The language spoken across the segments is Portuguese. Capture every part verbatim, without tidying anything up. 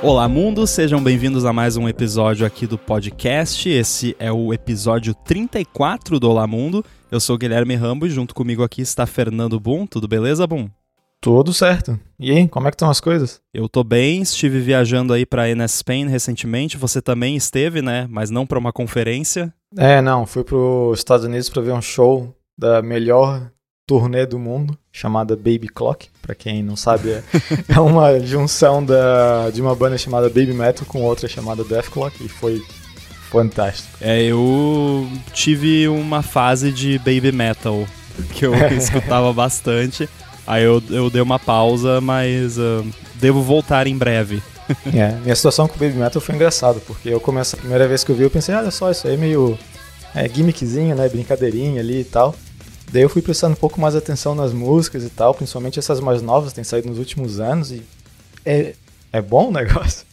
Olá, mundo! Sejam bem-vindos a mais um episódio aqui do podcast. Esse é o episódio trinta e quatro do Olá, Mundo. Eu sou o Guilherme Rambo e junto comigo aqui está Fernando Boom. Tudo beleza, Boom? Tudo certo. E aí, como é que estão as coisas? Eu tô bem, estive viajando aí pra N S Spain recentemente. Você também esteve, né? Mas não pra uma conferência. É, não, fui pros Estados Unidos pra ver um show da melhor turnê do mundo, chamada Baby Clock. Pra quem não sabe, é, é uma junção da, de uma banda chamada Baby Metal com outra chamada Death Clock, e foi fantástico. É, eu tive uma fase de Baby Metal que eu escutava bastante. Aí eu, eu dei uma pausa, mas uh, devo voltar em breve. É, minha situação com o Baby Metal foi engraçada, porque eu comecei, a primeira vez que eu vi, eu pensei, ah, olha só, isso aí é meio é, gimmickzinho, né, brincadeirinha ali e tal. Daí eu fui prestando um pouco mais atenção nas músicas e tal, principalmente essas mais novas, têm saído nos últimos anos, e é, é bom o negócio.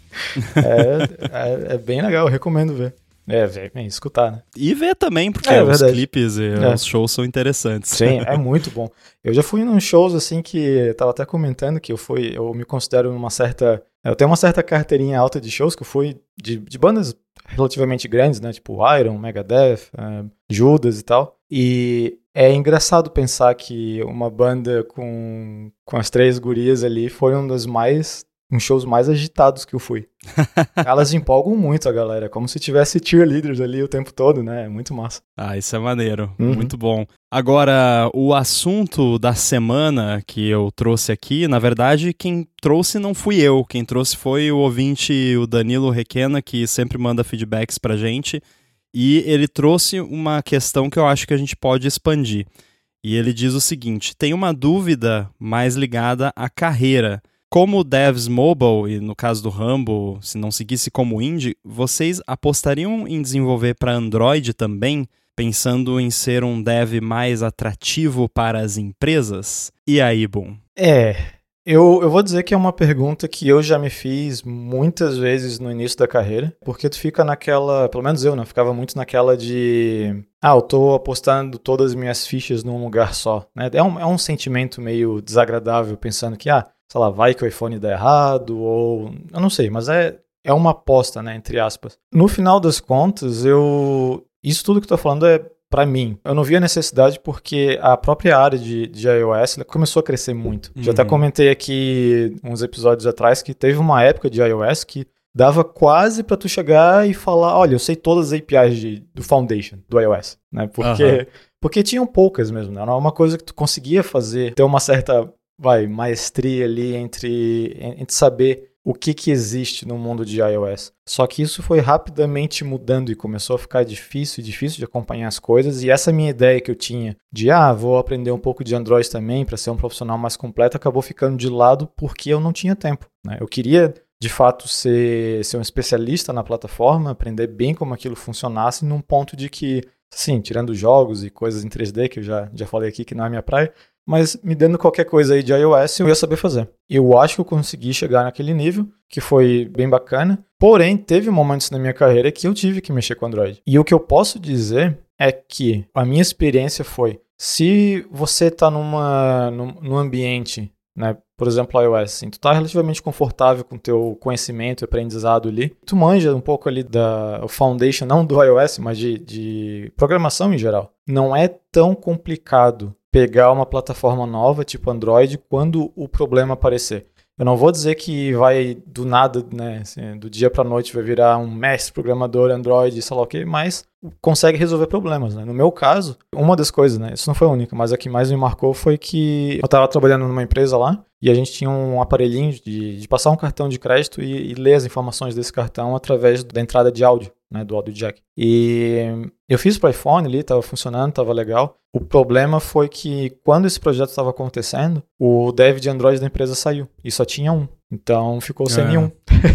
é, é, é bem legal, eu recomendo ver. É, ver, bem, escutar, né? E ver também, porque é, os verdade. clipes e é. os shows são interessantes. Sim, é muito bom. Eu já fui em shows assim que, eu tava até comentando que eu fui, eu me considero uma certa, eu tenho uma certa carteirinha alta de shows que eu fui de, de bandas relativamente grandes, né? Tipo Iron, Megadeth, uh, Judas e tal. E é engraçado pensar que uma banda com, com as três gurias ali foi um dos mais, uns shows mais agitados que eu fui. Elas empolgam muito a galera, como se tivesse cheerleaders ali o tempo todo, né? É muito massa. Ah, isso é maneiro, Uhum. muito bom. Agora, o assunto da semana que eu trouxe aqui, na verdade, quem trouxe não fui eu, quem trouxe foi o ouvinte, o Danilo Requena, que sempre manda feedbacks pra gente, e ele trouxe uma questão que eu acho que a gente pode expandir. E ele diz o seguinte: tem uma dúvida mais ligada à carreira. Como devs mobile, e no caso do Rambo, se não seguisse como indie, vocês apostariam em desenvolver para Android também, pensando em ser um dev mais atrativo para as empresas? E aí, Boom? É, eu, eu vou dizer que é uma pergunta que eu já me fiz muitas vezes no início da carreira, porque tu fica naquela, pelo menos eu, né, ficava muito naquela de, ah, eu tô apostando todas as minhas fichas num lugar só, né? É um, é um sentimento meio desagradável, pensando que, ah, sei lá, vai que o iPhone dá errado, ou... eu não sei, mas é, é uma aposta, né, entre aspas. No final das contas, eu... isso tudo que eu tô falando é pra mim. Eu não vi a necessidade porque a própria área de, de iOS começou a crescer muito. Uhum. Já até comentei aqui uns episódios atrás que teve uma época de iOS que dava quase pra tu chegar e falar, olha, eu sei todas as A P Is de, do Foundation, do iOS, né, porque... Uhum. Porque tinham poucas mesmo, né? Era uma coisa que tu conseguia fazer, ter uma certa... vai, maestria ali entre, entre saber o que, que existe no mundo de iOS. Só que isso foi rapidamente mudando e começou a ficar difícil e difícil de acompanhar as coisas. E essa minha ideia que eu tinha de, ah, vou aprender um pouco de Android também para ser um profissional mais completo, acabou ficando de lado porque eu não tinha tempo, né? Eu queria, de fato, ser, ser um especialista na plataforma, aprender bem como aquilo funcionasse, num ponto de que, sim, tirando jogos e coisas em três D, que eu já, já falei aqui que não é minha praia, mas me dando qualquer coisa aí de iOS, eu ia saber fazer. Eu acho que eu consegui chegar naquele nível, que foi bem bacana. Porém, teve momentos na minha carreira que eu tive que mexer com Android. E o que eu posso dizer é que a minha experiência foi, se você está numa, num, num ambiente, né, por exemplo, iOS, assim, tu está relativamente confortável com o teu conhecimento e aprendizado ali, tu manja um pouco ali da foundation, não do iOS, mas de, de programação em geral. Não é tão complicado pegar uma plataforma nova, tipo Android, quando o problema aparecer. Eu não vou dizer que vai do nada, né, assim, do dia para a noite vai virar um mestre programador Android, sei lá o quê, mas consegue resolver problemas, né? No meu caso, uma das coisas, né, isso não foi a única, mas a que mais me marcou foi que eu estava trabalhando numa empresa lá e a gente tinha um aparelhinho de, de passar um cartão de crédito e, e ler as informações desse cartão através da entrada de áudio, né, do áudio jack. E eu fiz para o iPhone ali, estava funcionando, estava legal. O problema foi que quando esse projeto estava acontecendo, o dev de Android da empresa saiu e só tinha um, então ficou sem é. nenhum.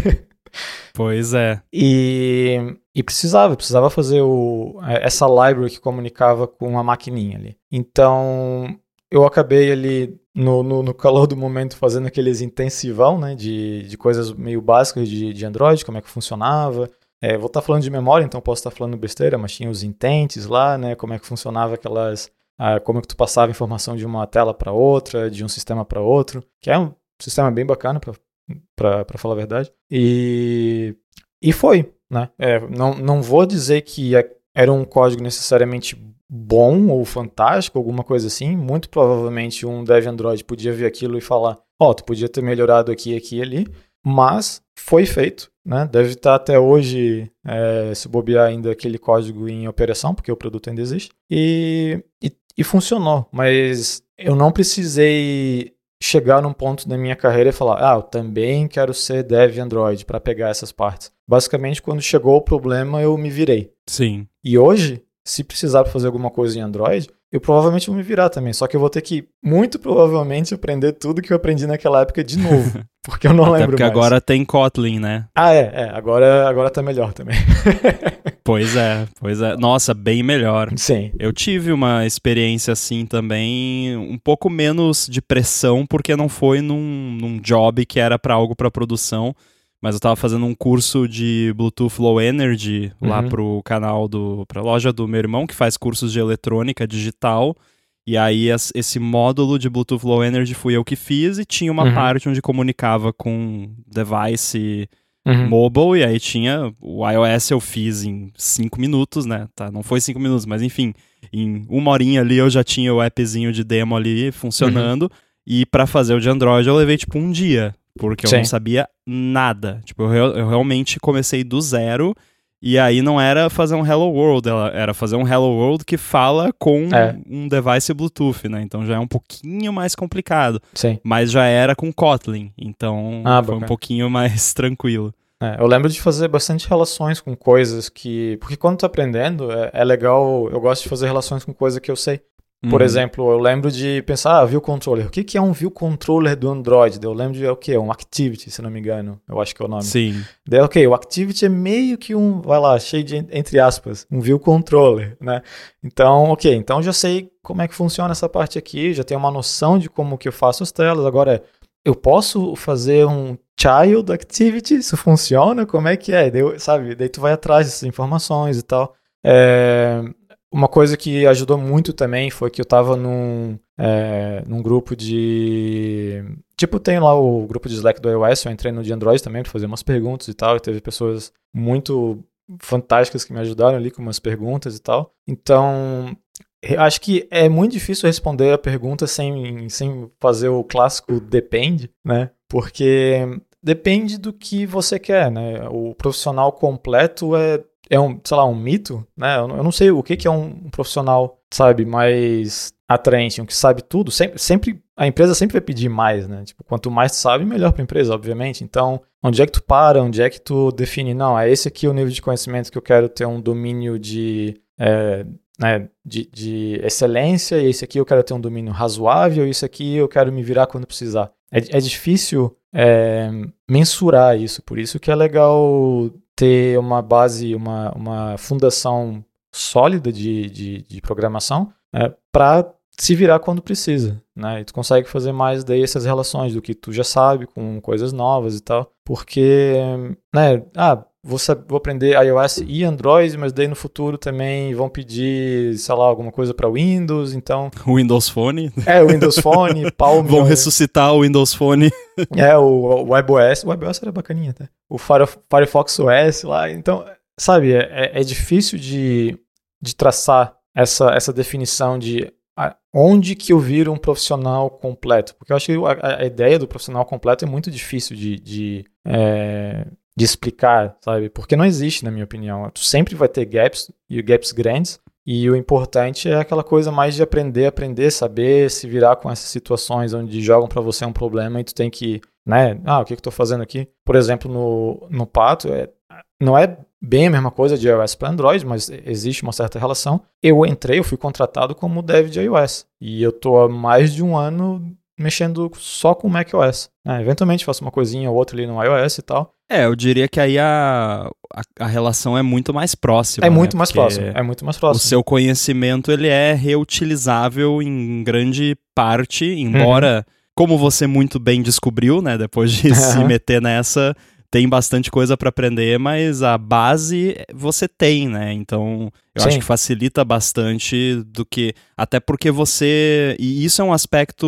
Pois é. E, e precisava, precisava fazer o, essa library que comunicava com a maquininha ali. Então eu acabei ali no, no, no calor do momento fazendo aqueles intensivão, né, de, de coisas meio básicas de, de Android, como é que funcionava. É, vou estar falando de memória, então posso estar falando besteira, mas tinha os intents lá, né, como é que funcionava aquelas... Ah, como é que tu passava informação de uma tela para outra, de um sistema para outro, que é um sistema bem bacana para pra, pra falar a verdade. E, e foi, né? É, não, não vou dizer que é, era um código necessariamente bom ou fantástico, alguma coisa assim. Muito provavelmente um dev Android podia ver aquilo e falar, ó, oh, tu podia ter melhorado aqui, aqui e ali, mas foi feito, né? Deve estar até hoje, é, se bobear ainda aquele código em operação, porque o produto ainda existe, e, e, e funcionou, mas eu não precisei chegar num ponto da minha carreira e falar, ah, eu também quero ser dev Android para pegar essas partes. Basicamente, quando chegou o problema, eu me virei. Sim. E hoje, se precisar fazer alguma coisa em Android, eu provavelmente vou me virar também. Só que eu vou ter que, muito provavelmente, aprender tudo que eu aprendi naquela época de novo. Porque eu não Até lembro porque mais. agora tem Kotlin, né? Ah, é. é agora, agora tá melhor também. Pois é, pois é. Nossa, bem melhor. Sim. Eu tive uma experiência assim também, um pouco menos de pressão, porque não foi num, num job que era para algo para produção, mas eu tava fazendo um curso de Bluetooth Low Energy lá Uhum. pro canal, do, pra loja do meu irmão, que faz cursos de eletrônica digital, e aí as, esse módulo de Bluetooth Low Energy fui eu que fiz, e tinha uma Uhum. parte onde comunicava com device Uhum. mobile, e aí tinha o iOS eu fiz em cinco minutos, né? Tá, não foi cinco minutos, mas enfim, em uma horinha ali eu já tinha o appzinho de demo ali funcionando, uhum. E pra fazer o de Android eu levei tipo um dia, porque eu Sim. não sabia nada. Tipo, eu, eu realmente comecei do zero, e aí não era fazer um Hello World, era fazer um Hello World que fala com É. um device Bluetooth, né? Então já é um pouquinho mais complicado. Sim. Mas já era com Kotlin, então Ah, foi bacana. um pouquinho mais tranquilo. É, eu lembro de fazer bastante relações com coisas que... Porque quando tô aprendendo, é, é legal... Eu gosto de fazer relações com coisas que eu sei. Por Uhum. exemplo, eu lembro de pensar, ah, view controller. O que, que é um view controller do Android? Eu lembro de, é o quê? Um activity, se não me engano. Eu acho que é o nome. Sim. Daí, ok, o activity é meio que um, vai lá, cheio de, entre aspas, um view controller, né? Então, ok, então já sei como é que funciona essa parte aqui, já tenho uma noção de como que eu faço as telas. Agora, eu posso fazer um child activity? Isso funciona? Como é que é? Daí, sabe? Daí tu vai atrás dessas informações e tal. É... Uma coisa que ajudou muito também foi que eu tava num, é, num grupo de... Tipo, tem lá o grupo de Slack do iOS, eu entrei no de Android também para fazer umas perguntas e tal, e teve pessoas muito fantásticas que me ajudaram ali com umas perguntas e tal. Então, acho que é muito difícil responder a pergunta sem, sem fazer o clássico depende, né? Porque depende do que você quer, né? O profissional completo é... é um, sei lá, um mito, né? Eu não sei o que, que é um, um profissional, sabe, mais atraente, um que sabe tudo. Sempre, sempre, a empresa sempre vai pedir mais, né? Tipo, quanto mais tu sabe, melhor para a empresa, obviamente. Então, onde é que tu para? Onde é que tu define? Não, é esse aqui o nível de conhecimento que eu quero ter um domínio de, é, né, de, de excelência, e esse aqui eu quero ter um domínio razoável, e esse aqui eu quero me virar quando precisar. É, é difícil é, mensurar isso, por isso que é legal ter uma base, uma, uma fundação sólida de, de, de programação, né, para se virar quando precisa, né? E tu consegue fazer mais daí essas relações do que tu já sabe com coisas novas e tal, porque, né, ah, vou, saber, vou aprender iOS e Android, mas daí no futuro também vão pedir, sei lá, alguma coisa para Windows, então... O Windows Phone. É, o Windows Phone, Palm... Vão ressuscitar o Windows Phone. É, o, o WebOS, o WebOS era bacaninha, tá? O Firefox O S lá, então, sabe, é, é difícil de, de traçar essa, essa definição de onde que eu viro um profissional completo, porque eu acho que a, a ideia do profissional completo é muito difícil de, de, é, de explicar, sabe, porque não existe, na minha opinião. Tu sempre vai ter gaps, e gaps grandes, e o importante é aquela coisa mais de aprender, aprender, saber se virar com essas situações onde jogam pra você um problema e tu tem que, né, ah, o que que eu tô fazendo aqui? Por exemplo, no, no Pato, é, não é bem a mesma coisa de iOS para Android, mas existe uma certa relação. Eu entrei, eu fui contratado como dev de iOS, e eu tô há mais de um ano mexendo só com macOS. É, eventualmente faço uma coisinha ou outra ali no iOS e tal. É, eu diria que aí a, a, a relação é muito mais próxima. É muito né? mais Porque próximo, é muito mais próximo. O seu conhecimento, ele é reutilizável em grande parte, embora, uhum. como você muito bem descobriu, né, depois de uhum. se meter nessa, tem bastante coisa para aprender, mas a base você tem, né, então eu Sim. acho que facilita bastante do que, até porque você, e isso é um aspecto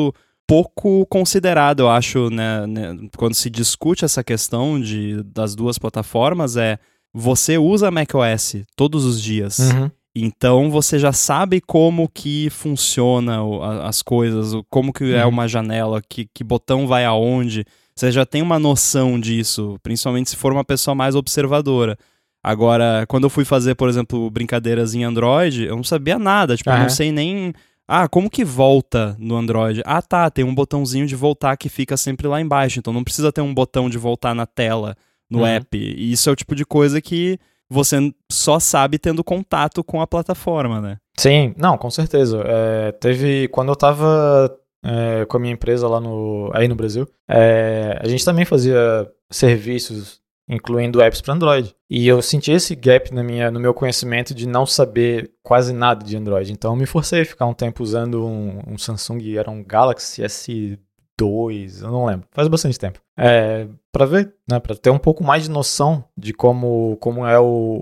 pouco considerado, eu acho, né, né, quando se discute essa questão de, das duas plataformas, é você usa macOS todos os dias. Uhum. Então você já sabe como que funciona o, a, as coisas, o, como que é Uhum. uma janela, que, que botão vai aonde. Você já tem uma noção disso, principalmente se for uma pessoa mais observadora. Agora, quando eu fui fazer, por exemplo, brincadeiras em Android, eu não sabia nada. Tipo, eu não Aham. sei nem... Ah, como que volta no Android? Ah, tá, tem um botãozinho de voltar que fica sempre lá embaixo. Então não precisa ter um botão de voltar na tela, no Uhum. app. E isso é o tipo de coisa que você só sabe tendo contato com a plataforma, né? Sim, não, com certeza. É, teve, quando eu tava é, com a minha empresa lá no, aí no Brasil, é, a gente também fazia serviços, incluindo apps para Android. E eu senti esse gap na minha, no meu conhecimento de não saber quase nada de Android. Então eu me forcei a ficar um tempo usando um, um Samsung, era um Galaxy S dois, eu não lembro, faz bastante tempo. É, para ver, né, para ter um pouco mais de noção de como, como é o,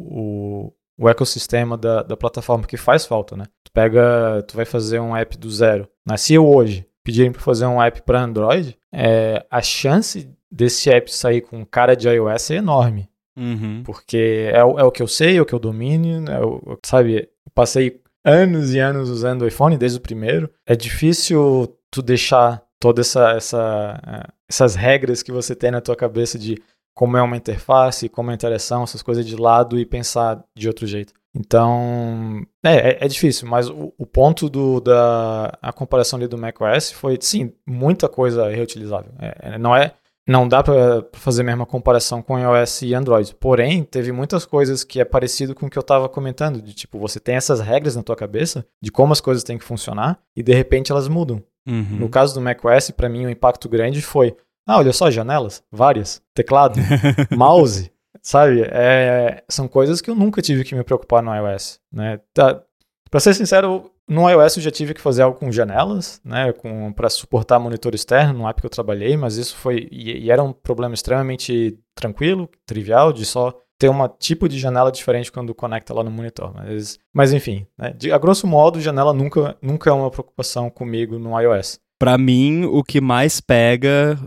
o, o ecossistema da, da plataforma, que faz falta, né? Tu pega, tu vai fazer um app do zero. Mas se eu hoje pedirem para fazer um app para Android, é, a chance desse app sair com cara de iOS é enorme. Uhum. Porque é, o- é o que eu sei, é o que eu domino, é o, sabe? Eu passei anos e anos usando o iPhone desde o primeiro. É difícil tu deixar todas essa, essa, eh, essas regras que você tem na tua cabeça de como é uma interface, como é a interação, essas coisas de lado e pensar de outro jeito. Então, é, é, é difícil, mas o, o ponto do, da a comparação ali do macOS foi, sim, muita coisa reutilizável. É, é, não é, não dá para fazer a mesma comparação com iOS e Android. Porém, teve muitas coisas que é parecido com o que eu estava comentando, de tipo, você tem essas regras na tua cabeça de como as coisas têm que funcionar e de repente elas mudam. Uhum. No caso do macOS, para mim, o impacto grande foi, ah, olha só, janelas, várias, teclado, mouse, sabe? É, são coisas que eu nunca tive que me preocupar no iOS, né? Tá, para ser sincero, no iOS eu já tive que fazer algo com janelas, né? Com, para suportar monitor externo, no app que eu trabalhei, mas isso foi, e, e era um problema extremamente tranquilo, trivial, de só ter um tipo de janela diferente quando conecta lá no monitor. Mas, mas enfim, né? De, a grosso modo, janela nunca, nunca é uma preocupação comigo no iOS. Pra mim, o que mais pega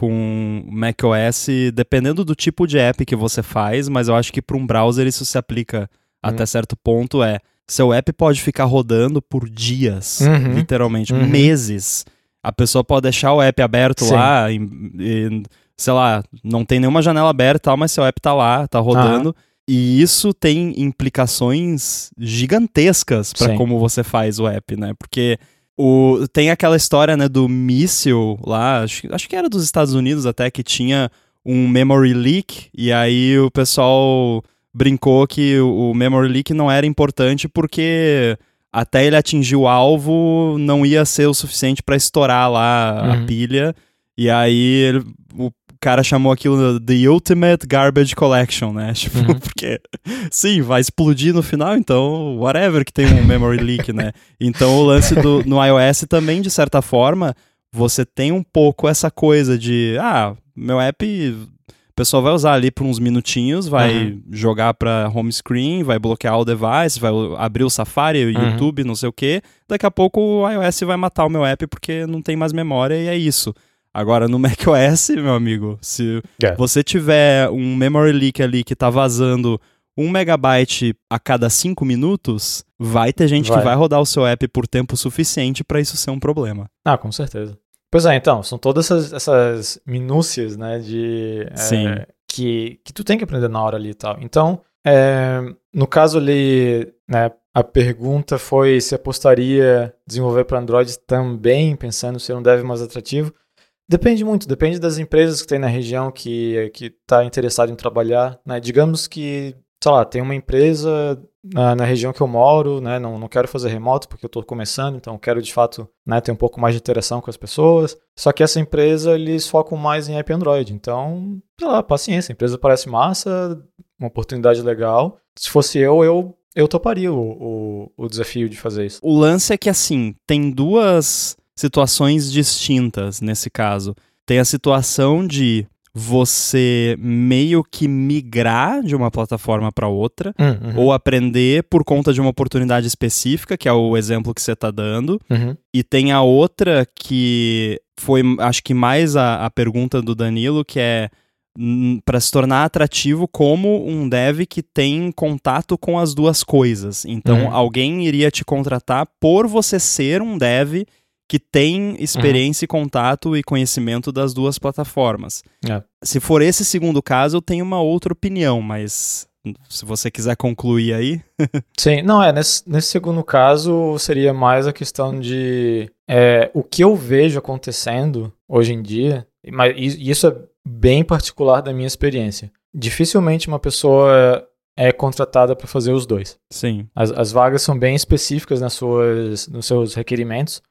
com macOS, dependendo do tipo de app que você faz, mas eu acho que para um browser isso se aplica Hum. até certo ponto, é seu app pode ficar rodando por dias, Uhum. literalmente, Uhum. meses. A pessoa pode deixar o app aberto Sim. lá, e, e, sei lá, não tem nenhuma janela aberta, tal, mas seu app tá lá, tá rodando. Uhum. E isso tem implicações gigantescas para Sim. como você faz o app, né? Porque o, tem aquela história, né, do míssil lá, acho, acho que era dos Estados Unidos até, que tinha um memory leak, e aí o pessoal brincou que o, o memory leak não era importante porque até ele atingir o alvo não ia ser o suficiente para estourar lá Uhum. a pilha, e aí ele, o cara chamou aquilo de The Ultimate Garbage Collection, né? Tipo, Uhum. porque, sim, vai explodir no final, então, whatever que tem um memory leak, né? Então, o lance do, no iOS também, de certa forma, você tem um pouco essa coisa de, ah, meu app, o pessoal vai usar ali por uns minutinhos, vai Uhum. jogar pra home screen, vai bloquear o device, vai abrir o Safari, o Uhum. YouTube, não sei o quê. Daqui a pouco o iOS vai matar o meu app porque não tem mais memória e é isso. Agora, no macOS, meu amigo, se Yeah. você tiver um memory leak ali que tá vazando um megabyte a cada cinco minutos, vai ter gente Vai. que vai rodar o seu app por tempo suficiente pra isso ser um problema. Ah, com certeza. Pois é, então, são todas essas, essas minúcias, né, de... é, Sim. que, que tu tem que aprender na hora ali e tal. Então, é, no caso ali, né, a pergunta foi se apostaria desenvolver para Android também, pensando se um dev mais atrativo. Depende muito, depende das empresas que tem na região que que está interessado em trabalhar, né? Digamos que, sei lá, tem uma empresa na, na região que eu moro, né? Não, não quero fazer remoto porque eu estou começando, então quero de fato, né, ter um pouco mais de interação com as pessoas. Só que essa empresa, eles focam mais em app Android, então, sei lá, paciência, a empresa parece massa, uma oportunidade legal. Se fosse eu, eu, eu toparia o, o, o desafio de fazer isso. O lance é que, assim, tem duas situações distintas nesse caso. Tem a situação de você meio que migrar de uma plataforma para outra, uhum. ou aprender por conta de uma oportunidade específica, que é o exemplo que você está dando. Uhum. E tem a outra que foi, acho que mais a, a pergunta do Danilo, que é para se tornar atrativo como um dev que tem contato com as duas coisas. Então, uhum. alguém iria te contratar por você ser um dev que tem experiência, uhum. contato e conhecimento das duas plataformas. É. Se for esse segundo caso, eu tenho uma outra opinião, mas se você quiser concluir aí... Sim, não, é, nesse, nesse segundo caso seria mais a questão de é, o que eu vejo acontecendo hoje em dia, mas isso é bem particular da minha experiência. Dificilmente uma pessoa é contratada para fazer os dois. Sim. As, as vagas são bem específicas nas suas, nos seus requerimentos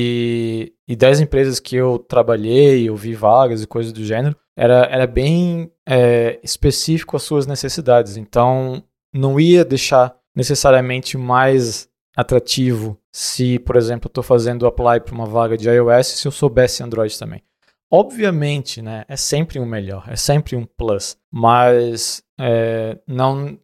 e, e das empresas que eu trabalhei, eu vi vagas e coisas do gênero, era, era bem é, específico às suas necessidades. Então, não ia deixar necessariamente mais atrativo se, por exemplo, eu estou fazendo apply para uma vaga de iOS se eu soubesse Android também. Obviamente, né, é sempre um melhor, é sempre um plus, mas é, não,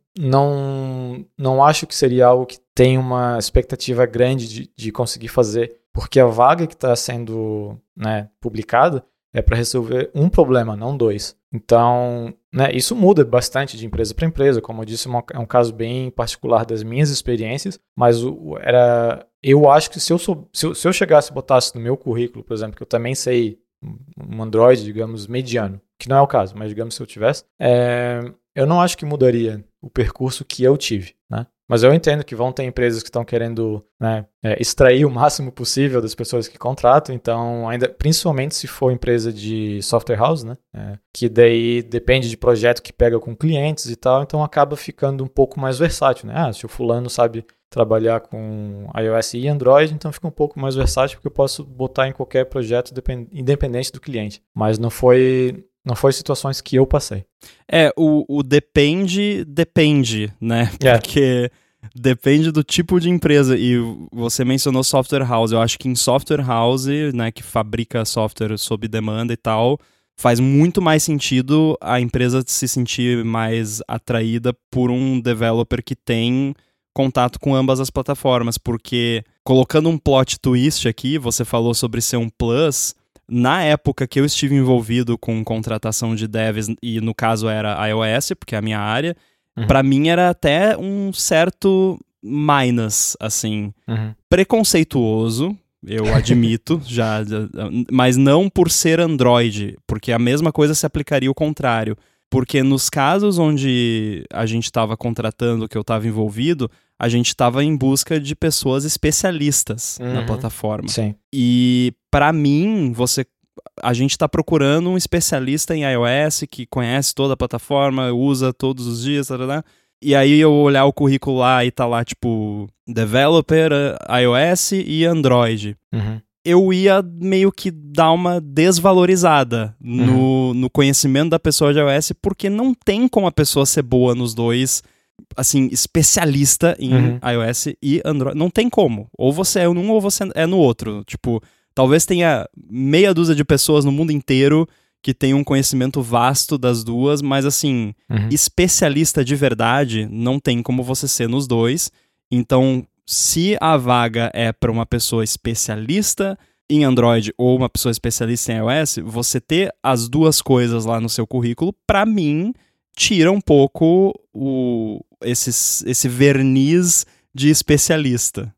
não, não acho que seria algo que tem uma expectativa grande de, de conseguir fazer, porque a vaga que está sendo, né, publicada é para resolver um problema, não dois. Então, né, isso muda bastante de empresa para empresa, como eu disse, é um caso bem particular das minhas experiências, mas o, era, eu acho que se eu, sou, se eu, se eu chegasse e botasse no meu currículo, por exemplo, que eu também sei um Android, digamos, mediano, que não é o caso, mas digamos se eu tivesse, é, eu não acho que mudaria o percurso que eu tive, né? Mas eu entendo que vão ter empresas que estão querendo, né, é, extrair o máximo possível das pessoas que contratam, então, ainda, principalmente se for empresa de software house, né, é, que daí depende de projeto que pega com clientes e tal, então acaba ficando um pouco mais versátil, né? Ah, se o fulano sabe trabalhar com iOS e Android, então fica um pouco mais versátil porque eu posso botar em qualquer projeto independente do cliente. Mas não foi, não foi situações que eu passei. É, o, o depende, depende, né? Porque é. depende do tipo de empresa. E você mencionou software house. Eu acho que em software house, né, que fabrica software sob demanda e tal, faz muito mais sentido a empresa se sentir mais atraída por um developer que tem contato com ambas as plataformas, porque colocando um plot twist aqui, você falou sobre ser um plus, na época que eu estive envolvido com contratação de devs, e no caso era iOS, porque é a minha área, uhum. pra mim era até um certo minus, assim, uhum. preconceituoso, eu admito, já, mas não por ser Android, porque a mesma coisa se aplicaria ao contrário. Porque nos casos onde a gente estava contratando, que eu estava envolvido, a gente estava em busca de pessoas especialistas uhum. na plataforma. Sim. E para mim, você, a gente está procurando um especialista em iOS que conhece toda a plataforma, usa todos os dias, tarará. E aí eu olhar o currículo lá e tá lá, tipo, developer, iOS e Android. Uhum. Eu ia meio que dar uma desvalorizada no, uhum. no conhecimento da pessoa de iOS, porque não tem como a pessoa ser boa nos dois, assim, especialista em uhum. iOS e Android. Não tem como. Ou você é num ou você é no outro. Tipo, talvez tenha meia dúzia de pessoas no mundo inteiro que tem um conhecimento vasto das duas, mas assim, uhum. especialista de verdade não tem como você ser nos dois. Então, se a vaga é para uma pessoa especialista em Android ou uma pessoa especialista em iOS, você ter as duas coisas lá no seu currículo, para mim, tira um pouco o, esses, esse verniz de especialista.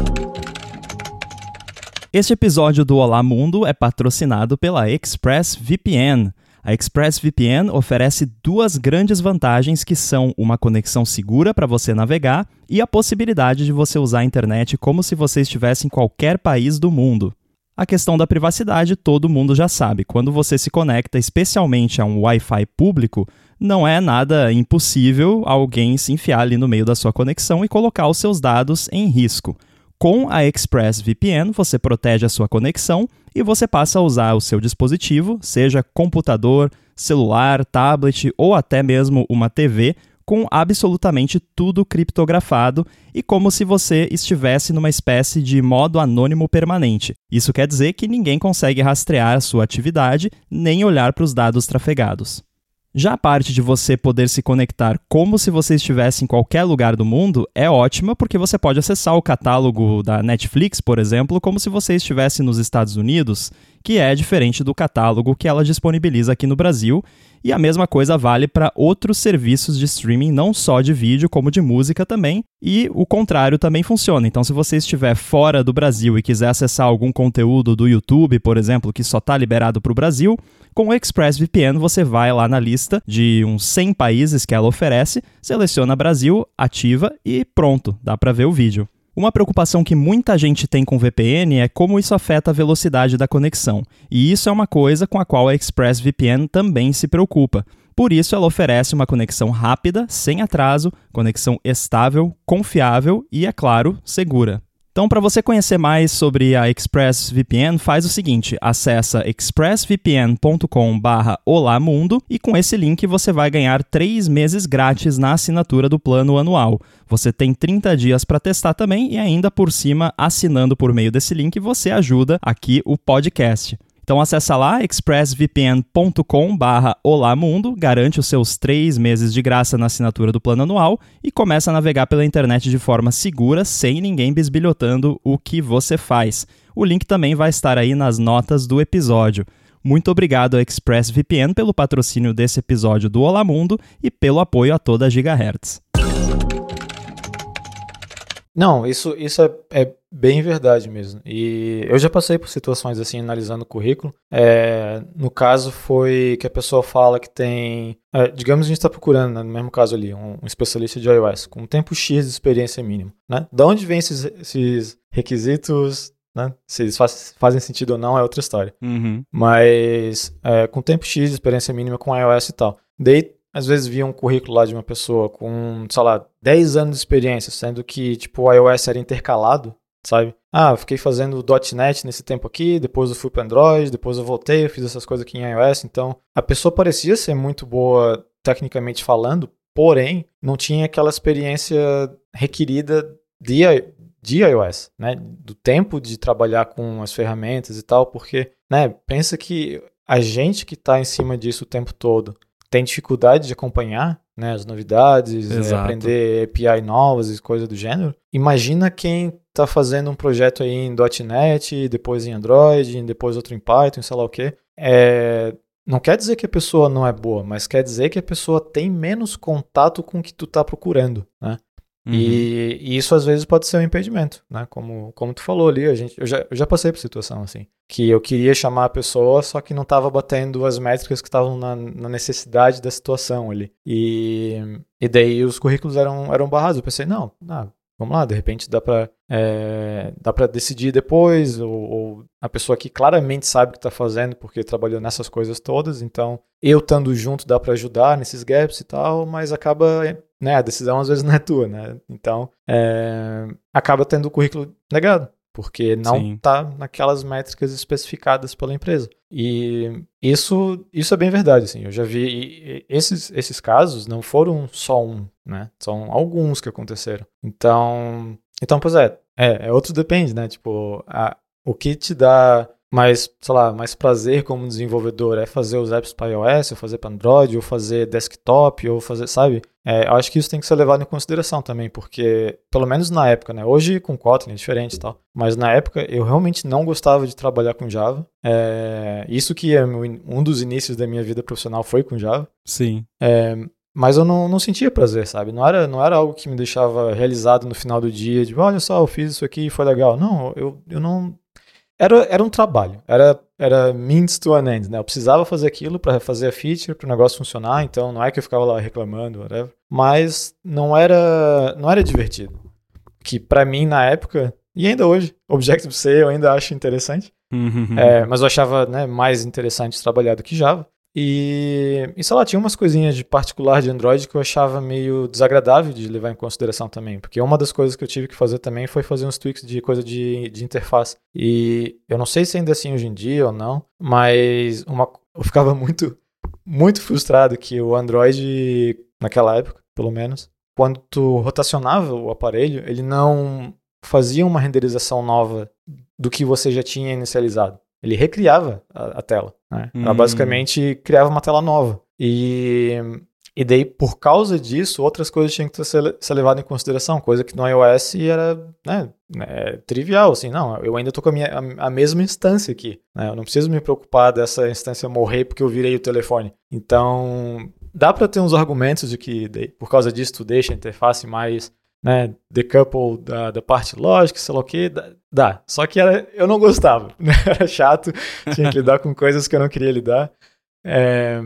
Este episódio do Olá Mundo é patrocinado pela ExpressVPN. A ExpressVPN oferece duas grandes vantagens que são uma conexão segura para você navegar e a possibilidade de você usar a internet como se você estivesse em qualquer país do mundo. A questão da privacidade todo mundo já sabe. Quando você se conecta especialmente a um Wi-Fi público, não é nada impossível alguém se enfiar ali no meio da sua conexão e colocar os seus dados em risco. Com a ExpressVPN, você protege a sua conexão e você passa a usar o seu dispositivo, seja computador, celular, tablet ou até mesmo uma T V, com absolutamente tudo criptografado e como se você estivesse numa espécie de modo anônimo permanente. Isso quer dizer que ninguém consegue rastrear a sua atividade nem olhar para os dados trafegados. Já a parte de você poder se conectar como se você estivesse em qualquer lugar do mundo é ótima porque você pode acessar o catálogo da Netflix, por exemplo, como se você estivesse nos Estados Unidos, que é diferente do catálogo que ela disponibiliza aqui no Brasil, e a mesma coisa vale para outros serviços de streaming, não só de vídeo, como de música também, e o contrário também funciona. Então, se você estiver fora do Brasil e quiser acessar algum conteúdo do YouTube, por exemplo, que só está liberado para o Brasil, com o ExpressVPN você vai lá na lista de uns cem países que ela oferece, seleciona Brasil, ativa e pronto, dá para ver o vídeo. Uma preocupação que muita gente tem com V P N é como isso afeta a velocidade da conexão, e isso é uma coisa com a qual a ExpressVPN também se preocupa. Por isso, ela oferece uma conexão rápida, sem atraso, conexão estável, confiável e, é claro, segura. Então, para você conhecer mais sobre a ExpressVPN, faz o seguinte, acessa expressvpn ponto com barra olá mundo e com esse link você vai ganhar três meses grátis na assinatura do plano anual. Você tem trinta dias para testar também e ainda por cima, assinando por meio desse link, você ajuda aqui o podcast. Então acessa lá expressvpn ponto com barra olá mundo, garante os seus três meses de graça na assinatura do plano anual e começa a navegar pela internet de forma segura, sem ninguém bisbilhotando o que você faz. O link também vai estar aí nas notas do episódio. Muito obrigado ao ExpressVPN pelo patrocínio desse episódio do Olá Mundo e pelo apoio a toda a Gigahertz. Não, isso, isso é, é bem verdade mesmo. E eu já passei por situações assim, analisando o currículo. É, no caso, foi que a pessoa fala que tem... É, digamos que a gente está procurando, né, no mesmo caso ali, um, um especialista de iOS, com um tempo X de experiência mínimo. Né? Da onde vem esses, esses requisitos, né? Se eles faz, fazem sentido ou não é outra história. Uhum. Mas é, com tempo X de experiência mínima com iOS e tal. Daí, às vezes via um currículo lá de uma pessoa com, sei lá, dez anos de experiência, sendo que, tipo, o iOS era intercalado, sabe? Ah, eu fiquei fazendo .NET nesse tempo aqui, depois eu fui para Android, depois eu voltei, eu fiz essas coisas aqui em iOS. Então, a pessoa parecia ser muito boa tecnicamente falando, porém, não tinha aquela experiência requerida de, de iOS, né? Do tempo de trabalhar com as ferramentas e tal, porque, né, pensa que a gente que está em cima disso o tempo todo tem dificuldade de acompanhar, né, as novidades, é, aprender A P I novas e coisas do gênero. Imagina quem está fazendo um projeto aí em .NET, depois em Android, depois outro em Python, sei lá o quê. É, não quer dizer que a pessoa não é boa, mas quer dizer que a pessoa tem menos contato com o que tu está procurando, né? Uhum. E, e isso às vezes pode ser um impedimento, né? Como, como tu falou ali, a gente, eu, já, eu já passei por situação assim, que eu queria chamar a pessoa, só que não estava batendo as métricas que estavam na, na necessidade da situação ali. E, e daí os currículos eram, eram barrados. Eu pensei, não, não, vamos lá, de repente dá para é, dá para decidir depois, ou, ou a pessoa que claramente sabe o que está fazendo porque trabalhou nessas coisas todas, então eu estando junto dá para ajudar nesses gaps e tal, mas acaba, né, a decisão às vezes não é tua, né? Então é, acaba tendo o currículo negado, porque não está naquelas métricas especificadas pela empresa. E isso, isso é bem verdade, assim, eu já vi, esses, esses casos não foram só um, né, são alguns que aconteceram. Então, então pois é, é, é outro depende, né, tipo, a, o que te dá mais, sei lá, mais prazer como desenvolvedor é fazer os apps para iOS, ou fazer para Android, ou fazer desktop, ou fazer, sabe? É, eu acho que isso tem que ser levado em consideração também, porque, pelo menos na época, né? Hoje com Kotlin é diferente e tal, mas na época eu realmente não gostava de trabalhar com Java. É, isso que é um dos inícios da minha vida profissional foi com Java. Sim. É, mas eu não, não sentia prazer, sabe? Não era, não era algo que me deixava realizado no final do dia, de, olha só, eu fiz isso aqui e foi legal. Não, eu, eu não... Era, era um trabalho, era, era means to an end, né? Eu precisava fazer aquilo para fazer a feature, para o negócio funcionar, então não é que eu ficava lá reclamando, whatever, mas não era, não era divertido. Que para mim, na época, e ainda hoje, Objective-C eu ainda acho interessante, uhum. é, mas eu achava, né, mais interessante trabalhar do que Java. E, e sei lá, tinha umas coisinhas de particular de Android que eu achava meio desagradável de levar em consideração também, porque uma das coisas que eu tive que fazer também foi fazer uns tweaks de coisa de, de interface. E eu não sei se ainda é assim hoje em dia ou não, mas uma, eu ficava muito, muito frustrado que o Android, naquela época, pelo menos, quando tu rotacionava o aparelho, ele não fazia uma renderização nova do que você já tinha inicializado. Ele recriava a, a tela, né? Ela Hum. basicamente criava uma tela nova. E, e daí, por causa disso, outras coisas tinham que ser, ser levadas em consideração, coisa que no iOS era, né, é, trivial, assim, não, eu ainda estou com a, minha, a, a mesma instância aqui, né? Eu não preciso me preocupar dessa instância morrer porque eu virei o telefone. Então, dá para ter uns argumentos de que, de, por causa disso, tu deixa a interface mais, né, decouple da, da parte lógica, sei lá o que, dá, dá. Só que era, eu não gostava, né? Era chato, tinha que lidar com coisas que eu não queria lidar. É,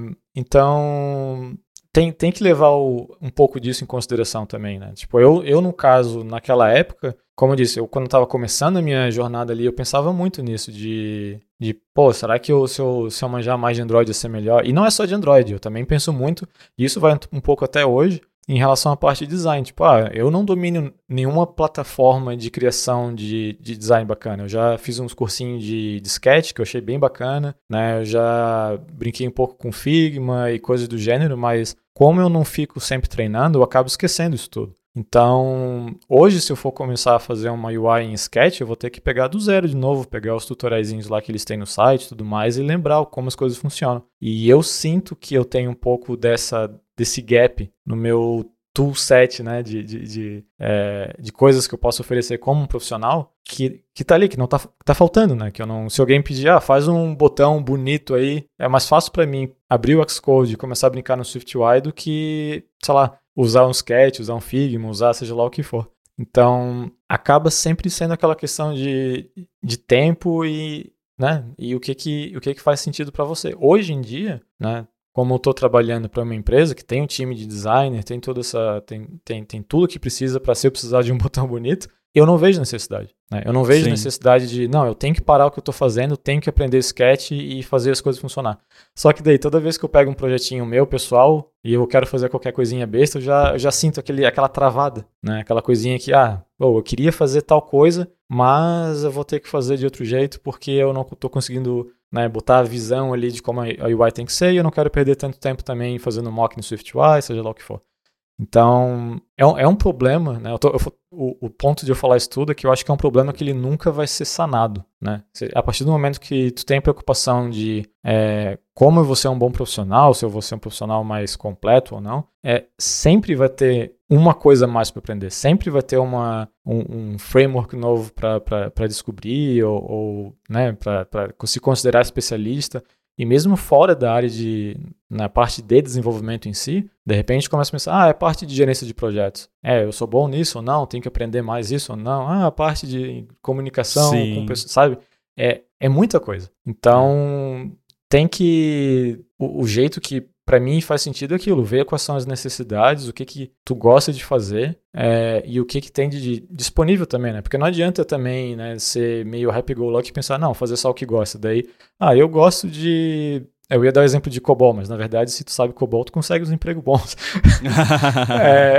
então, tem, tem que levar o, um pouco disso em consideração também, né? Tipo, eu, eu, no caso, naquela época, como eu disse, eu quando estava começando a minha jornada ali, eu pensava muito nisso, de, de pô, será que eu, se, eu, se eu manjar mais de Android ia ser melhor? E não é só de Android, eu também penso muito, e isso vai um pouco até hoje, em relação à parte de design. Tipo, ah, eu não domino nenhuma plataforma de criação de, de design bacana. Eu já fiz uns cursinhos de, de sketch, que eu achei bem bacana, né? Eu já brinquei um pouco com Figma e coisas do gênero, mas como eu não fico sempre treinando, eu acabo esquecendo isso tudo. Então, hoje, se eu for começar a fazer uma U I em Sketch, eu vou ter que pegar do zero de novo, pegar os tutoriaizinhos lá que eles têm no site e tudo mais e lembrar como as coisas funcionam. E eu sinto que eu tenho um pouco dessa, desse gap no meu toolset, né, de, de, de, é, de coisas que eu posso oferecer como um profissional, que, que tá ali, que não tá, tá faltando, né, que eu não, se alguém pedir, ah, faz um botão bonito aí, é mais fácil para mim abrir o Xcode e começar a brincar no SwiftUI do que, sei lá, usar um Sketch, usar um Figma, usar seja lá o que for. Então, acaba sempre sendo aquela questão de, de tempo e, né, e o que que, o que que faz sentido para você. Hoje em dia, né, como eu estou trabalhando para uma empresa que tem um time de designer, tem toda essa, tem, tem, tem tudo que precisa para se eu precisar de um botão bonito, eu não vejo necessidade. Né? Eu não vejo Sim. necessidade de, não, eu tenho que parar o que eu estou fazendo, tenho que aprender Sketch e fazer as coisas funcionar. Só que daí, toda vez que eu pego um projetinho meu, pessoal, e eu quero fazer qualquer coisinha besta, eu já, eu já sinto aquele, aquela travada, né? Aquela coisinha que, ah, oh, eu queria fazer tal coisa, mas eu vou ter que fazer de outro jeito porque eu não estou conseguindo, né, botar a visão ali de como a U I tem que ser e eu não quero perder tanto tempo também fazendo mock no SwiftUI, seja lá o que for. Então, é um, é um problema, né? Eu tô, eu, o, o ponto de eu falar isso tudo é que eu acho que é um problema que ele nunca vai ser sanado, né? A partir do momento que tu tem preocupação de é, como eu vou ser um bom profissional, se eu vou ser um profissional mais completo ou não, é, sempre vai ter uma coisa a mais para aprender, sempre vai ter uma, um, um framework novo para descobrir ou, ou né, para se considerar especialista. E mesmo fora da área de, na parte de desenvolvimento em si, de repente começa a pensar, ah, é parte de gerência de projetos. É, eu sou bom nisso ou não, tenho que aprender mais isso ou não. Ah, a parte de comunicação com pessoas, sabe? É, é muita coisa. Então, tem que... O, o jeito que, para mim, faz sentido é aquilo, ver quais são as necessidades, o que que tu gosta de fazer é, e o que que tem de, de disponível também, né? Porque não adianta também, né, ser meio happy-go-lucky e pensar, não, fazer só o que gosta. Daí, ah, eu gosto de... Eu ia dar o exemplo de COBOL, mas na verdade, se tu sabe COBOL, tu consegue uns empregos bons. é...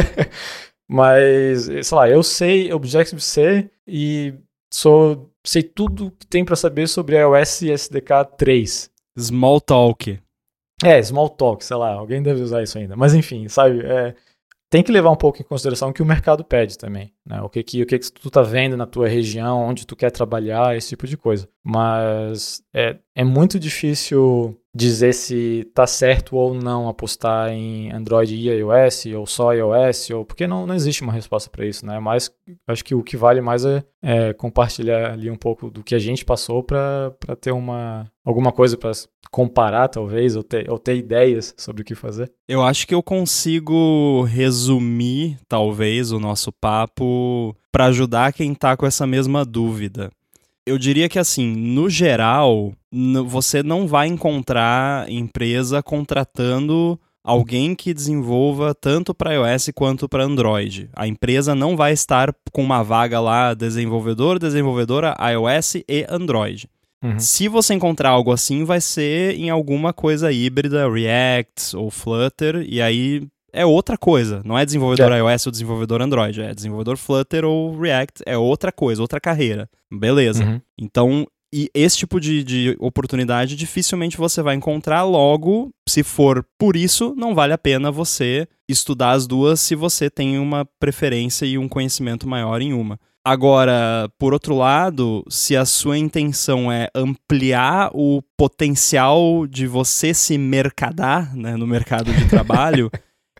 mas, sei lá, eu sei Objective-C e sou, sei tudo que tem para saber sobre iOS S D K três. Smalltalk. É, Smalltalk, sei lá, alguém deve usar isso ainda. Mas enfim, sabe, é, tem que levar um pouco em consideração o que o mercado pede também, né? O que que, o que que tu tá vendo na tua região, onde tu quer trabalhar, esse tipo de coisa. Mas é, é muito difícil dizer se tá certo ou não apostar em Android e iOS, ou só iOS, ou porque não, não existe uma resposta para isso, né? Mas acho que o que vale mais é, é compartilhar ali um pouco do que a gente passou para ter uma, alguma coisa para comparar, talvez, ou ter, ou ter ideias sobre o que fazer. Eu acho que eu consigo resumir, talvez, o nosso papo para ajudar quem tá com essa mesma dúvida. Eu diria que, assim, no geral, você não vai encontrar empresa contratando alguém que desenvolva tanto para iOS quanto para Android. A empresa não vai estar com uma vaga lá, desenvolvedor, desenvolvedora, iOS e Android. Uhum. Se você encontrar algo assim, vai ser em alguma coisa híbrida, React ou Flutter, e aí é outra coisa. Não é desenvolvedor é. iOS ou desenvolvedor Android, é desenvolvedor Flutter ou React, é outra coisa, outra carreira. Beleza. Uhum. Então, E esse tipo de, de oportunidade dificilmente você vai encontrar, logo, se for por isso, não vale a pena você estudar as duas se você tem uma preferência e um conhecimento maior em uma. Agora, por outro lado, se a sua intenção é ampliar o potencial de você se mercadar, né, no mercado de trabalho,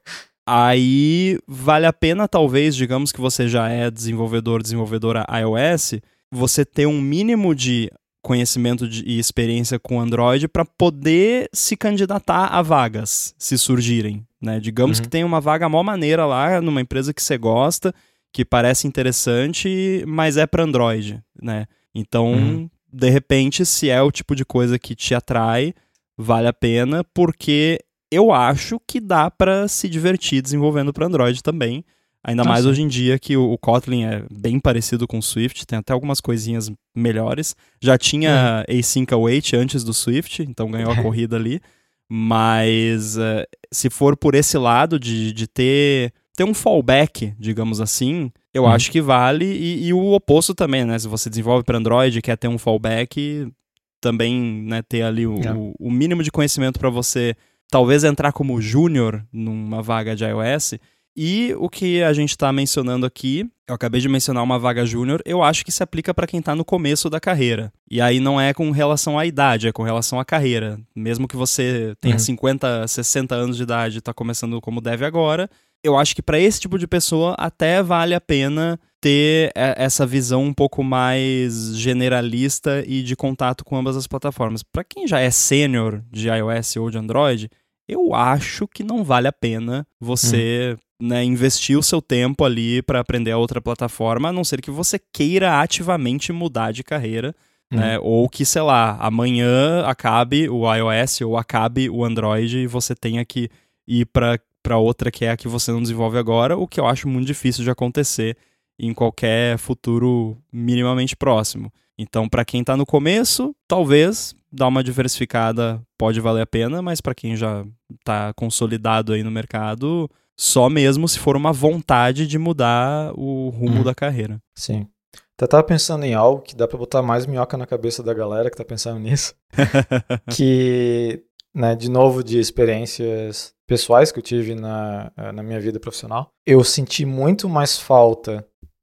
aí vale a pena, talvez, digamos que você já é desenvolvedor, desenvolvedora iOS, você ter um mínimo de conhecimento de, e experiência com Android para poder se candidatar a vagas, se surgirem, né? Digamos uhum. que tem uma vaga mó maneira lá, numa empresa que você gosta, que parece interessante, mas é para Android, né? Então, uhum. de repente, se é o tipo de coisa que te atrai, vale a pena, porque eu acho que dá para se divertir desenvolvendo para Android também. Ainda mais hoje em dia que o, o Kotlin é bem parecido com o Swift, tem até algumas coisinhas melhores. Já tinha uhum. Async Await antes do Swift, então ganhou a corrida ali. Mas uh, se for por esse lado de, de ter, ter um fallback, digamos assim, eu uhum. acho que vale. E, e o oposto também, né? Se você desenvolve para Android e quer ter um fallback, também, né, ter ali o, yeah. o, o mínimo de conhecimento para você talvez entrar como júnior numa vaga de iOS. E o que a gente está mencionando aqui, eu acabei de mencionar uma vaga júnior, eu acho que se aplica para quem está no começo da carreira. E aí não é com relação à idade, é com relação à carreira. Mesmo que você tenha uhum. cinquenta, sessenta anos de idade e está começando como dev agora, eu acho que para esse tipo de pessoa até vale a pena ter essa visão um pouco mais generalista e de contato com ambas as plataformas. Para quem já é sênior de iOS ou de Android, eu acho que não vale a pena você... Uhum. Né, investir o seu tempo ali para aprender a outra plataforma, a não ser que você queira ativamente mudar de carreira, uhum. né, ou que, sei lá, amanhã acabe o iOS ou acabe o Android e você tenha que ir para outra que é a que você não desenvolve agora, o que eu acho muito difícil de acontecer em qualquer futuro minimamente próximo. Então, para quem está no começo, talvez dar uma diversificada pode valer a pena, mas para quem já está consolidado aí no mercado... Só mesmo se for uma vontade de mudar o rumo hum. da carreira. Sim. Até tava pensando em algo que dá pra botar mais minhoca na cabeça da galera que tá pensando nisso. que, né, de novo, de experiências pessoais que eu tive na, na minha vida profissional, eu senti muito mais falta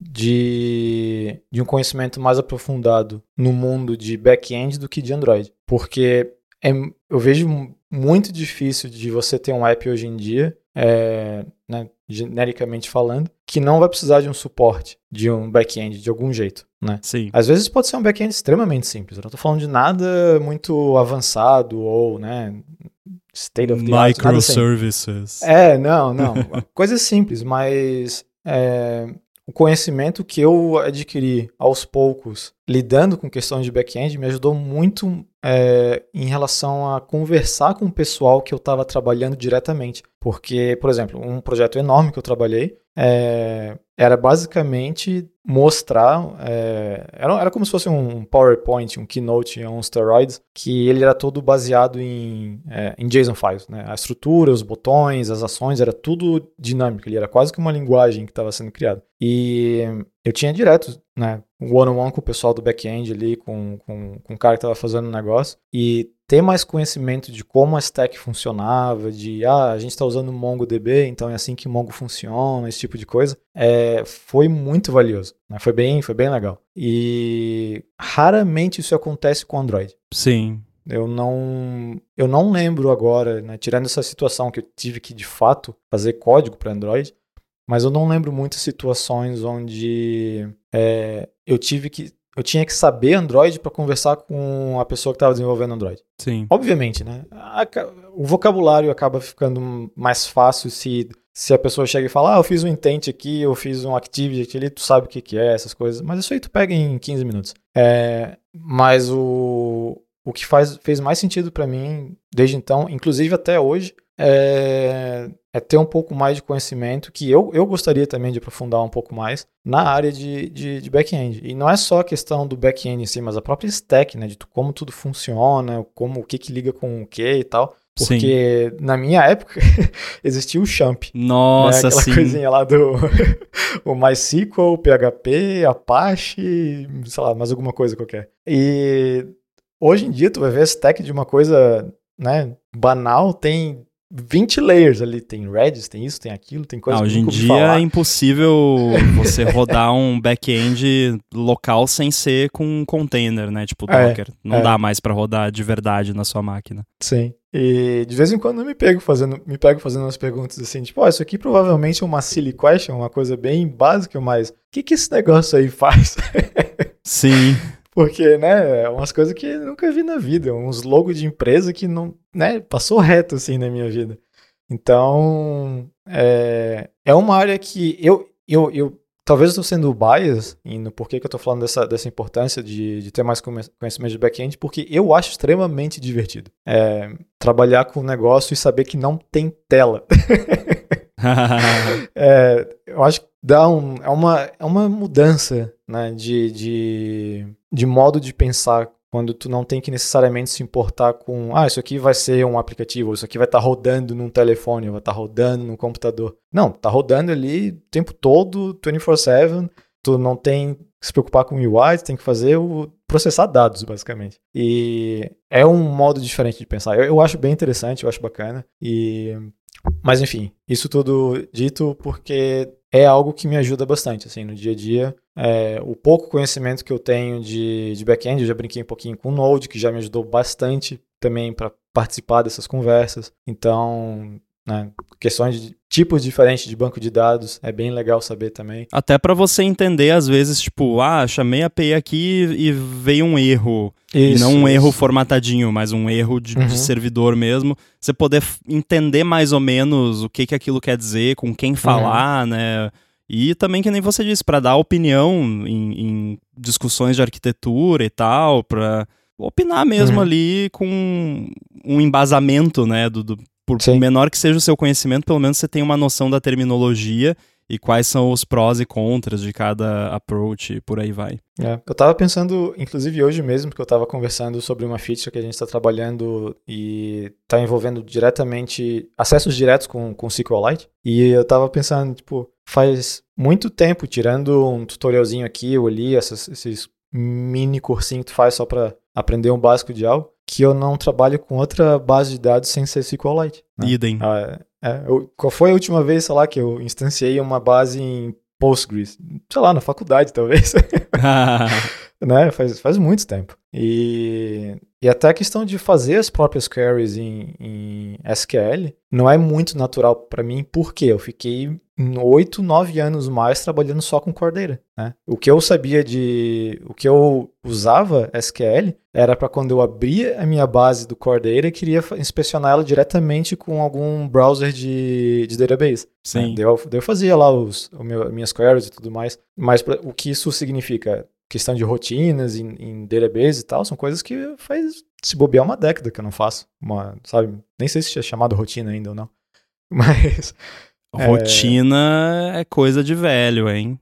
de, de um conhecimento mais aprofundado no mundo de back-end do que de Android. Porque é, eu vejo muito difícil de você ter um app hoje em dia, É, né, genericamente falando, que não vai precisar de um suporte de um back-end de algum jeito, né? Sim. Às vezes pode ser um back-end extremamente simples. Eu não estou falando de nada muito avançado ou, né, state of the art. Microservices. Assim. É, não, não. Coisas simples, mas é, o conhecimento que eu adquiri aos poucos lidando com questões de back-end me ajudou muito é, em relação a conversar com o pessoal que eu estava trabalhando diretamente. Porque, por exemplo, um projeto enorme que eu trabalhei é, era basicamente mostrar, é, era, era como se fosse um PowerPoint, um Keynote on steroids, que ele era todo baseado em, é, em JSON files, né? A estrutura, os botões, as ações, era tudo dinâmico, ele era quase que uma linguagem que estava sendo criada. E eu tinha direto, né, um one-on-one com o pessoal do back-end ali, com, com, com o cara que estava fazendo o negócio, e ter mais conhecimento de como a stack funcionava, de, ah, a gente está usando MongoDB, então é assim que Mongo funciona, esse tipo de coisa, é, foi muito valioso, né? Foi bem, foi bem legal. E raramente isso acontece com Android. Sim. Eu não, eu não lembro agora, né, tirando essa situação que eu tive que, de fato, fazer código para Android, mas eu não lembro muitas situações onde é, eu tive que eu tinha que saber Android para conversar com a pessoa que estava desenvolvendo Android. Sim. Obviamente, né? O vocabulário acaba ficando mais fácil se, se a pessoa chega e fala, ah, eu fiz um intent aqui, eu fiz um activity ali, tu sabe o que, que é, essas coisas. Mas isso aí tu pega em quinze minutos. É, mas o, o que faz, fez mais sentido para mim desde então, inclusive até hoje, é, é ter um pouco mais de conhecimento, que eu, eu gostaria também de aprofundar um pouco mais na área de, de, de back-end. E não é só a questão do back-end em si, mas a própria stack, né, de como tudo funciona, como, o que, que liga com o que e tal. Porque Sim. na minha época existia o Champ. Nossa, né? Aquela sim. coisinha lá do o MySQL, o P H P, Apache, sei lá, mais alguma coisa qualquer. E hoje em dia tu vai ver a stack de uma coisa, né, banal, tem vinte layers ali, tem Redis, tem isso, tem aquilo, tem coisa ah, que hoje eu em nunca ouvi dia falar. É impossível você rodar um back-end local sem ser com um container, né? Tipo Docker. É, Não é. dá mais pra rodar de verdade na sua máquina. Sim. E de vez em quando eu me pego fazendo, me pego fazendo umas perguntas assim, tipo, ó, oh, isso aqui provavelmente é uma silly question, uma coisa bem básica, mas o que que esse negócio aí faz? Sim. Porque, né, é umas coisas que eu nunca vi na vida, uns logos de empresa que não, né, passou reto assim na minha vida. Então, é, é uma área que eu, eu, eu talvez eu estou sendo bias no porquê que eu estou falando dessa, dessa importância de, de ter mais conhecimento de back-end, porque eu acho extremamente divertido. É, trabalhar com o negócio e saber que não tem tela. é, eu acho que dá um, é, uma, é uma mudança, né, de, de, de modo de pensar quando tu não tem que necessariamente se importar com, ah, isso aqui vai ser um aplicativo, isso aqui vai estar tá rodando num telefone, vai estar tá rodando num computador. Não, tá rodando ali o tempo todo, vinte e quatro sete, tu não tem que se preocupar com o U I, tu tem que fazer o processar dados, basicamente. E é um modo diferente de pensar. Eu, eu acho bem interessante, eu acho bacana. E... Mas enfim, isso tudo dito porque é algo que me ajuda bastante, assim, no dia a dia. É, o pouco conhecimento que eu tenho de, de back-end, eu já brinquei um pouquinho com o Node, que já me ajudou bastante também para participar dessas conversas. Então, né, questões de tipos diferentes de banco de dados, é bem legal saber também. Até para você entender, às vezes, tipo, ah, chamei a A P I aqui e veio um erro. Isso, e não um isso. erro formatadinho, mas um erro de, uhum. de servidor mesmo. Você poder entender mais ou menos o que, que aquilo quer dizer, com quem falar, uhum. né? E também, que nem você disse, para dar opinião em, em discussões de arquitetura e tal, para opinar mesmo uhum. ali com um embasamento, né? Do, do, por Sim. menor que seja o seu conhecimento, pelo menos você tem uma noção da terminologia e quais são os prós e contras de cada approach e por aí vai. É, eu tava pensando, inclusive hoje mesmo, que eu tava conversando sobre uma feature que a gente está trabalhando e tá envolvendo diretamente, acessos diretos com, com SQLite. E eu tava pensando, tipo, faz muito tempo, tirando um tutorialzinho aqui ou ali, essas, esses mini cursinhos que tu faz só para aprender um básico de algo, que eu não trabalho com outra base de dados sem ser SQLite. Né? Idem. Ah, é, eu, qual foi a última vez, sei lá, que eu instanciei uma base em Postgres? Sei lá, na faculdade, talvez. né? Faz, faz muito tempo. E, e até a questão de fazer as próprias queries em, em S Q L não é muito natural para mim, porque eu fiquei oito, nove anos mais trabalhando só com Core Data, né? O que eu sabia de... O que eu usava S Q L era para quando eu abria a minha base do Core Data e queria inspecionar ela diretamente com algum browser de, de database. Sim. Né? Daí, eu, daí eu fazia lá os, o meu, minhas queries e tudo mais. Mas pra, o que isso significa? Questão de rotinas em, em database e tal, são coisas que faz se bobear uma década que eu não faço. Uma, sabe? Nem sei se é chamado rotina ainda ou não. Mas... Rotina é, é coisa de velho, hein?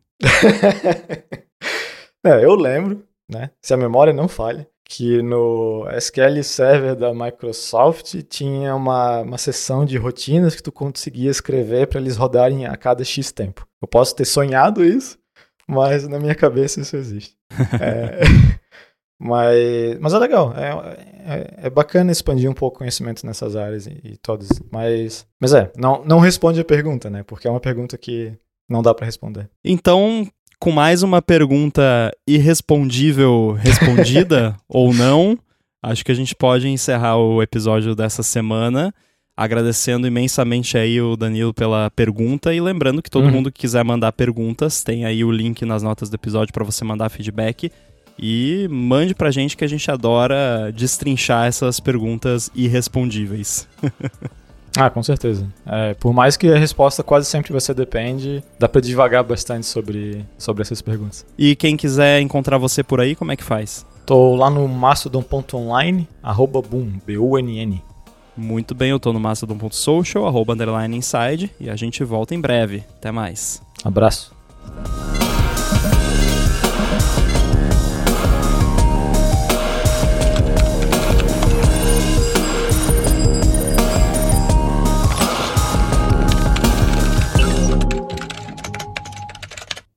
é, eu lembro, né? Se a memória não falha, que no S Q L Server da Microsoft tinha uma, uma seção de rotinas que tu conseguia escrever para eles rodarem a cada X tempo. Eu posso ter sonhado isso, mas na minha cabeça isso existe. é, mas, mas é legal, é, é, é bacana expandir um pouco o conhecimento nessas áreas e, e todas. Mas, mas é, não, não responde a pergunta, né? Porque é uma pergunta que não dá para responder. Então, com mais uma pergunta irrespondível respondida ou não, acho que a gente pode encerrar o episódio dessa semana, agradecendo imensamente aí o Danilo pela pergunta e lembrando que todo uhum. mundo que quiser mandar perguntas, tem aí o link nas notas do episódio para você mandar feedback e mande pra gente que a gente adora destrinchar essas perguntas irrespondíveis. Ah, com certeza. É, por mais que a resposta quase sempre você depende, dá pra divagar bastante sobre, sobre essas perguntas. E quem quiser encontrar você por aí, como é que faz? Tô lá no mastodon ponto online, arroba boom, B U N N. Muito bem, eu tô no mastodon ponto social, arroba underline inside, e a gente volta em breve. Até mais. Abraço.